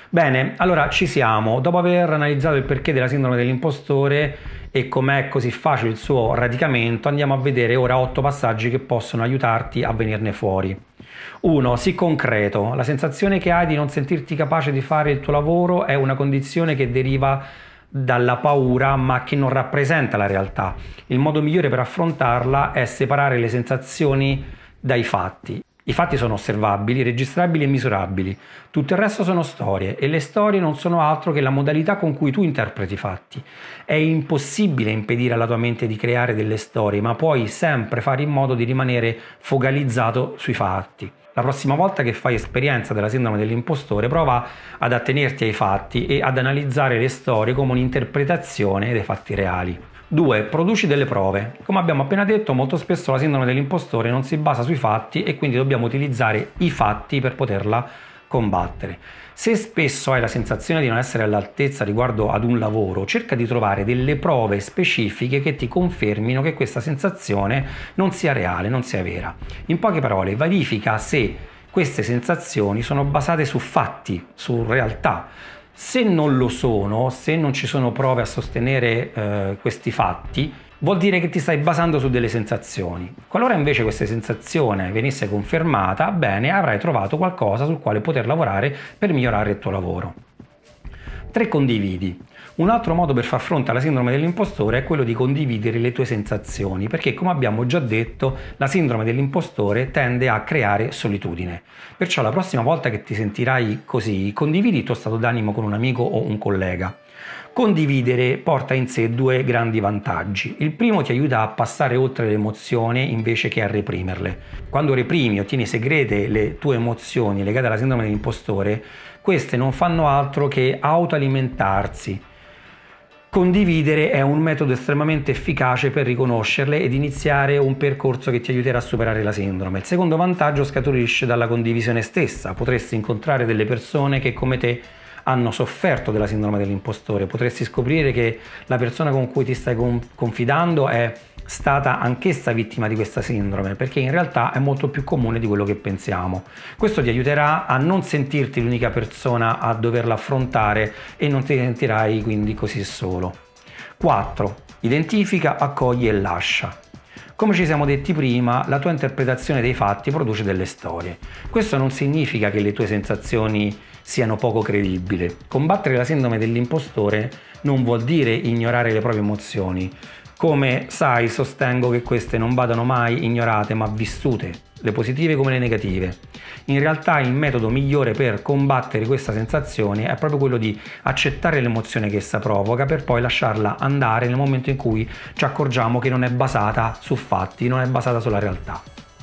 Bene, allora ci siamo. Dopo aver analizzato il perché della sindrome dell'impostore e com'è così facile il suo radicamento, andiamo a vedere ora 8 passaggi che possono aiutarti a venirne fuori. 1. Sii concreto. La sensazione che hai di non sentirti capace di fare il tuo lavoro è una condizione che deriva dalla paura ma che non rappresenta la realtà. Il modo migliore per affrontarla è separare le sensazioni dai fatti. I fatti sono osservabili, registrabili e misurabili. Tutto il resto sono storie e le storie non sono altro che la modalità con cui tu interpreti i fatti. È impossibile impedire alla tua mente di creare delle storie, ma puoi sempre fare in modo di rimanere focalizzato sui fatti. La prossima volta che fai esperienza della sindrome dell'impostore, prova ad attenerti ai fatti e ad analizzare le storie come un'interpretazione dei fatti reali. 2. Produci delle prove. Come abbiamo appena detto, molto spesso la sindrome dell'impostore non si basa sui fatti e quindi dobbiamo utilizzare i fatti per poterla combattere. Se spesso hai la sensazione di non essere all'altezza riguardo ad un lavoro, cerca di trovare delle prove specifiche che ti confermino che questa sensazione non sia reale, non sia vera. In poche parole, verifica se queste sensazioni sono basate su fatti, su realtà. Se non lo sono, se non ci sono prove a sostenere questi fatti, vuol dire che ti stai basando su delle sensazioni. Qualora invece questa sensazione venisse confermata, bene, avrai trovato qualcosa sul quale poter lavorare per migliorare il tuo lavoro. 3. Condividi. Un altro modo per far fronte alla sindrome dell'impostore è quello di condividere le tue sensazioni, perché come abbiamo già detto, la sindrome dell'impostore tende a creare solitudine. Perciò la prossima volta che ti sentirai così, condividi il tuo stato d'animo con un amico o un collega. Condividere porta in sé due grandi vantaggi. Il primo ti aiuta a passare oltre le emozioni invece che a reprimerle. Quando reprimi o tieni segrete le tue emozioni legate alla sindrome dell'impostore, queste non fanno altro che autoalimentarsi. Condividere è un metodo estremamente efficace per riconoscerle ed iniziare un percorso che ti aiuterà a superare la sindrome. Il secondo vantaggio scaturisce dalla condivisione stessa. Potresti incontrare delle persone che come te hanno sofferto della sindrome dell'impostore. Potresti scoprire che la persona con cui ti stai confidando è stata anch'essa vittima di questa sindrome, perché in realtà è molto più comune di quello che pensiamo. Questo ti aiuterà a non sentirti l'unica persona a doverla affrontare e non ti sentirai quindi così solo. 4. Identifica, accogli e lascia. Come ci siamo detti prima, la tua interpretazione dei fatti produce delle storie. Questo non significa che le tue sensazioni siano poco credibili. Combattere la sindrome dell'impostore non vuol dire ignorare le proprie emozioni. Come sai, sostengo che queste non vadano mai ignorate ma vissute, le positive come le negative. In realtà il metodo migliore per combattere questa sensazione è proprio quello di accettare l'emozione che essa provoca per poi lasciarla andare nel momento in cui ci accorgiamo che non è basata su fatti, non è basata sulla realtà.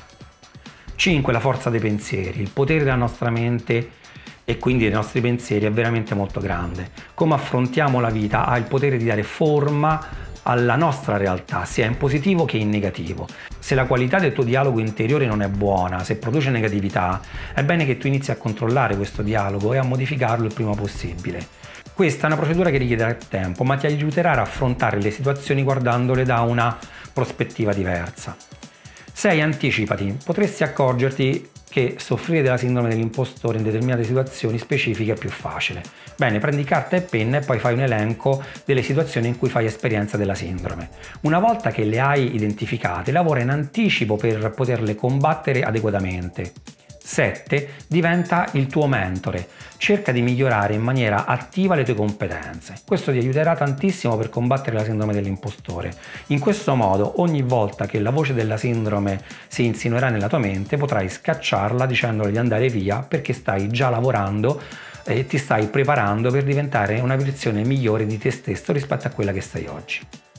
5. La forza dei pensieri. Il potere della nostra mente e quindi dei nostri pensieri è veramente molto grande. Come affrontiamo la vita ha il potere di dare forma alla nostra realtà, sia in positivo che in negativo. Se la qualità del tuo dialogo interiore non è buona, se produce negatività, è bene che tu inizi a controllare questo dialogo e a modificarlo il prima possibile. Questa è una procedura che richiederà tempo, ma ti aiuterà ad affrontare le situazioni guardandole da una prospettiva diversa. 6. Anticipati. Potresti accorgerti che soffrire della sindrome dell'impostore in determinate situazioni specifiche è più facile. Bene, prendi carta e penna e poi fai un elenco delle situazioni in cui fai esperienza della sindrome. Una volta che le hai identificate, lavora in anticipo per poterle combattere adeguatamente. 7. Diventa il tuo mentore. Cerca di migliorare in maniera attiva le tue competenze. Questo ti aiuterà tantissimo per combattere la sindrome dell'impostore. In questo modo, ogni volta che la voce della sindrome si insinuerà nella tua mente, potrai scacciarla dicendole di andare via perché stai già lavorando e ti stai preparando per diventare una versione migliore di te stesso rispetto a quella che sei oggi.